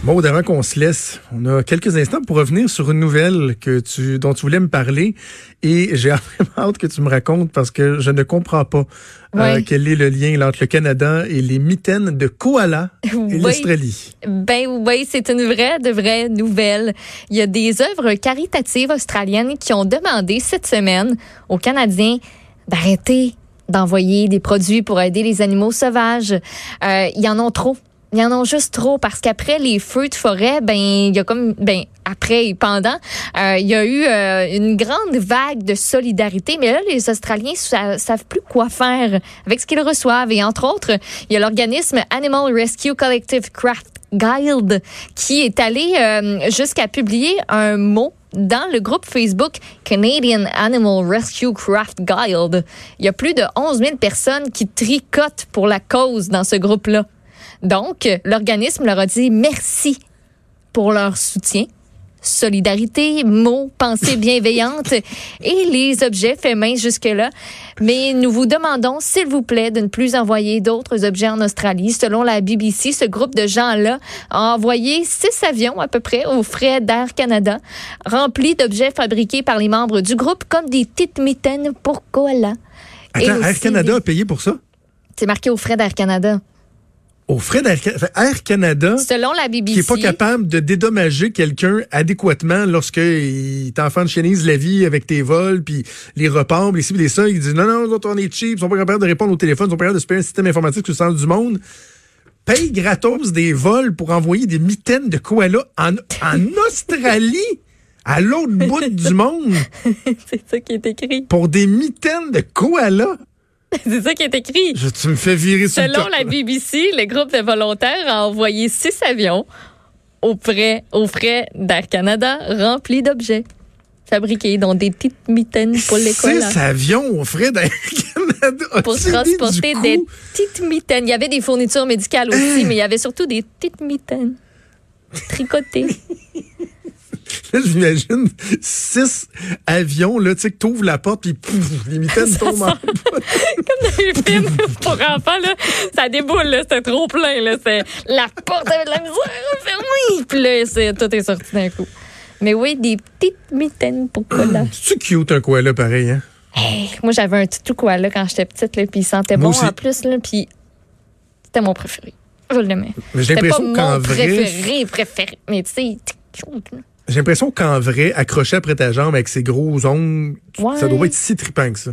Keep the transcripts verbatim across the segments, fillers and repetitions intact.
Maud, avant qu'on se laisse, on a quelques instants pour revenir sur une nouvelle que tu, dont tu voulais me parler et j'ai vraiment hâte que tu me racontes parce que je ne comprends pas oui. euh, quel est le lien là, entre le Canada et les mitaines de koala et oui. l'Australie. Ben oui, c'est une vraie, de vraie nouvelle. Il y a des œuvres caritatives australiennes qui ont demandé cette semaine aux Canadiens d'arrêter d'envoyer des produits pour aider les animaux sauvages. Euh, ils en ont trop. Ils en ont juste trop parce qu'après les feux de forêt, ben il y a comme ben après et pendant, euh, il y a eu euh, une grande vague de solidarité. Mais là, les Australiens sa- savent plus quoi faire avec ce qu'ils reçoivent. Et entre autres, il y a l'organisme Animal Rescue Collective Craft Guild qui est allé euh, jusqu'à publier un mot dans le groupe Facebook Canadian Animal Rescue Craft Guild. Il y a plus de onze mille personnes qui tricotent pour la cause dans ce groupe-là. Donc, l'organisme leur a dit merci pour leur soutien, solidarité, mots, pensées bienveillantes et les objets faits main jusque-là. Mais nous vous demandons, s'il vous plaît, de ne plus envoyer d'autres objets en Australie. Selon la B B C, ce groupe de gens-là a envoyé six avions à peu près aux frais d'Air Canada, remplis d'objets fabriqués par les membres du groupe, comme des petites mitaines pour koala. Attends, Air Canada des... a payé pour ça? C'est marqué aux frais d'Air Canada. Aux frais d'Air Canada. Air Canada, selon la B B C, qui n'est pas capable de dédommager quelqu'un adéquatement lorsqu'il t'enfantianise la vie avec tes vols, puis les repas, les ci, les ça. Il dit non, non, nous on est cheap, ils sont pas capables de répondre au téléphone, ils sont pas capables de se payer un système informatique sur le centre du monde. Paye gratos des vols pour envoyer des mitaines de koala en, en Australie, à l'autre bout du monde. C'est ça qui est écrit. Pour des mitaines de koala. C'est ça qui est écrit. Je, tu me fais virer sur le top. Selon la B B C, le groupe de volontaires a envoyé six avions aux frais, aux frais d'Air Canada remplis d'objets fabriqués, dont des petites mitaines pour les koalas. Six avions aux frais d'Air Canada. Pour transporter des petites mitaines. Il y avait des fournitures médicales aussi, mais il y avait surtout des petites mitaines tricotées. Là, j'imagine six avions, là, tu sais, que t'ouvres la porte, puis les mitaines ça tombent en bas. Comme dans les films pour enfants, là, ça déboule, là, c'était trop plein, là, c'est la porte avait de la misère fermée, puis là, c'est, tout est sorti d'un coup. Mais oui, des petites mitaines pour koala. Mmh, c'est cute un koala pareil, hein? Hey, moi, j'avais un toutou koala quand j'étais petite, là, puis il sentait moi bon aussi. En plus, là, puis c'était mon préféré. Je l'aimais. Mais j'ai c'était l'impression pas qu'en mon vrai... préféré, préféré, mais tu sais, cute, là. J'ai l'impression qu'en vrai, accroché après ta jambe avec ses gros ongles, ouais. Ça doit pas être si trippant que ça.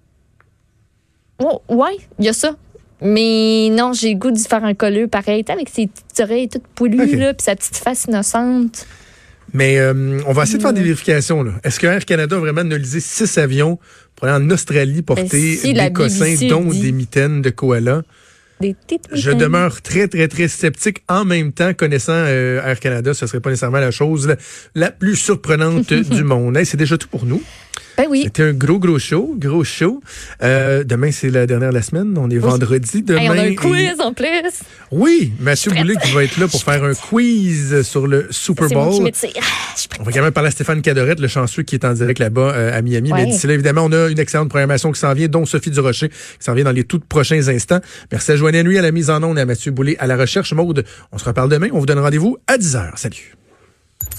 Oh, ouais, il y a ça. Mais non, j'ai le goût d'y faire un colleux pareil, avec ses petites oreilles toutes poilues, okay. Là, puis sa petite face innocente. Mais euh, on va essayer de faire des vérifications. Là. Est-ce que Air Canada a vraiment analysé six avions pour aller en Australie porter ben, si, des cossins, dont dit. Des mitaines de koala? Des Je demeure très, très, très sceptique. En même temps, connaissant euh, Air Canada, ce serait pas nécessairement la chose la, la plus surprenante du monde. Hey, c'est déjà tout pour nous. Ben oui. C'était un gros, gros show. Gros show. Euh, demain, c'est la dernière de la semaine. On est oui. vendredi. Demain, hey, on a un quiz et... en plus. Oui, Mathieu Boulay qui va être là pour faire un quiz sur le Super Bowl. C'est moi qui on va quand même parler à Stéphane Cadorette, le chanceux qui est en direct là-bas euh, à Miami. Ouais. Mais d'ici là, évidemment, on a une excellente programmation qui s'en vient, dont Sophie Durocher qui s'en vient dans les tout prochains instants. Merci à Joanne Henry à la mise en onde et à Mathieu Boulay à la recherche. Maude, on se reparle demain. On vous donne rendez-vous à dix heures. Salut.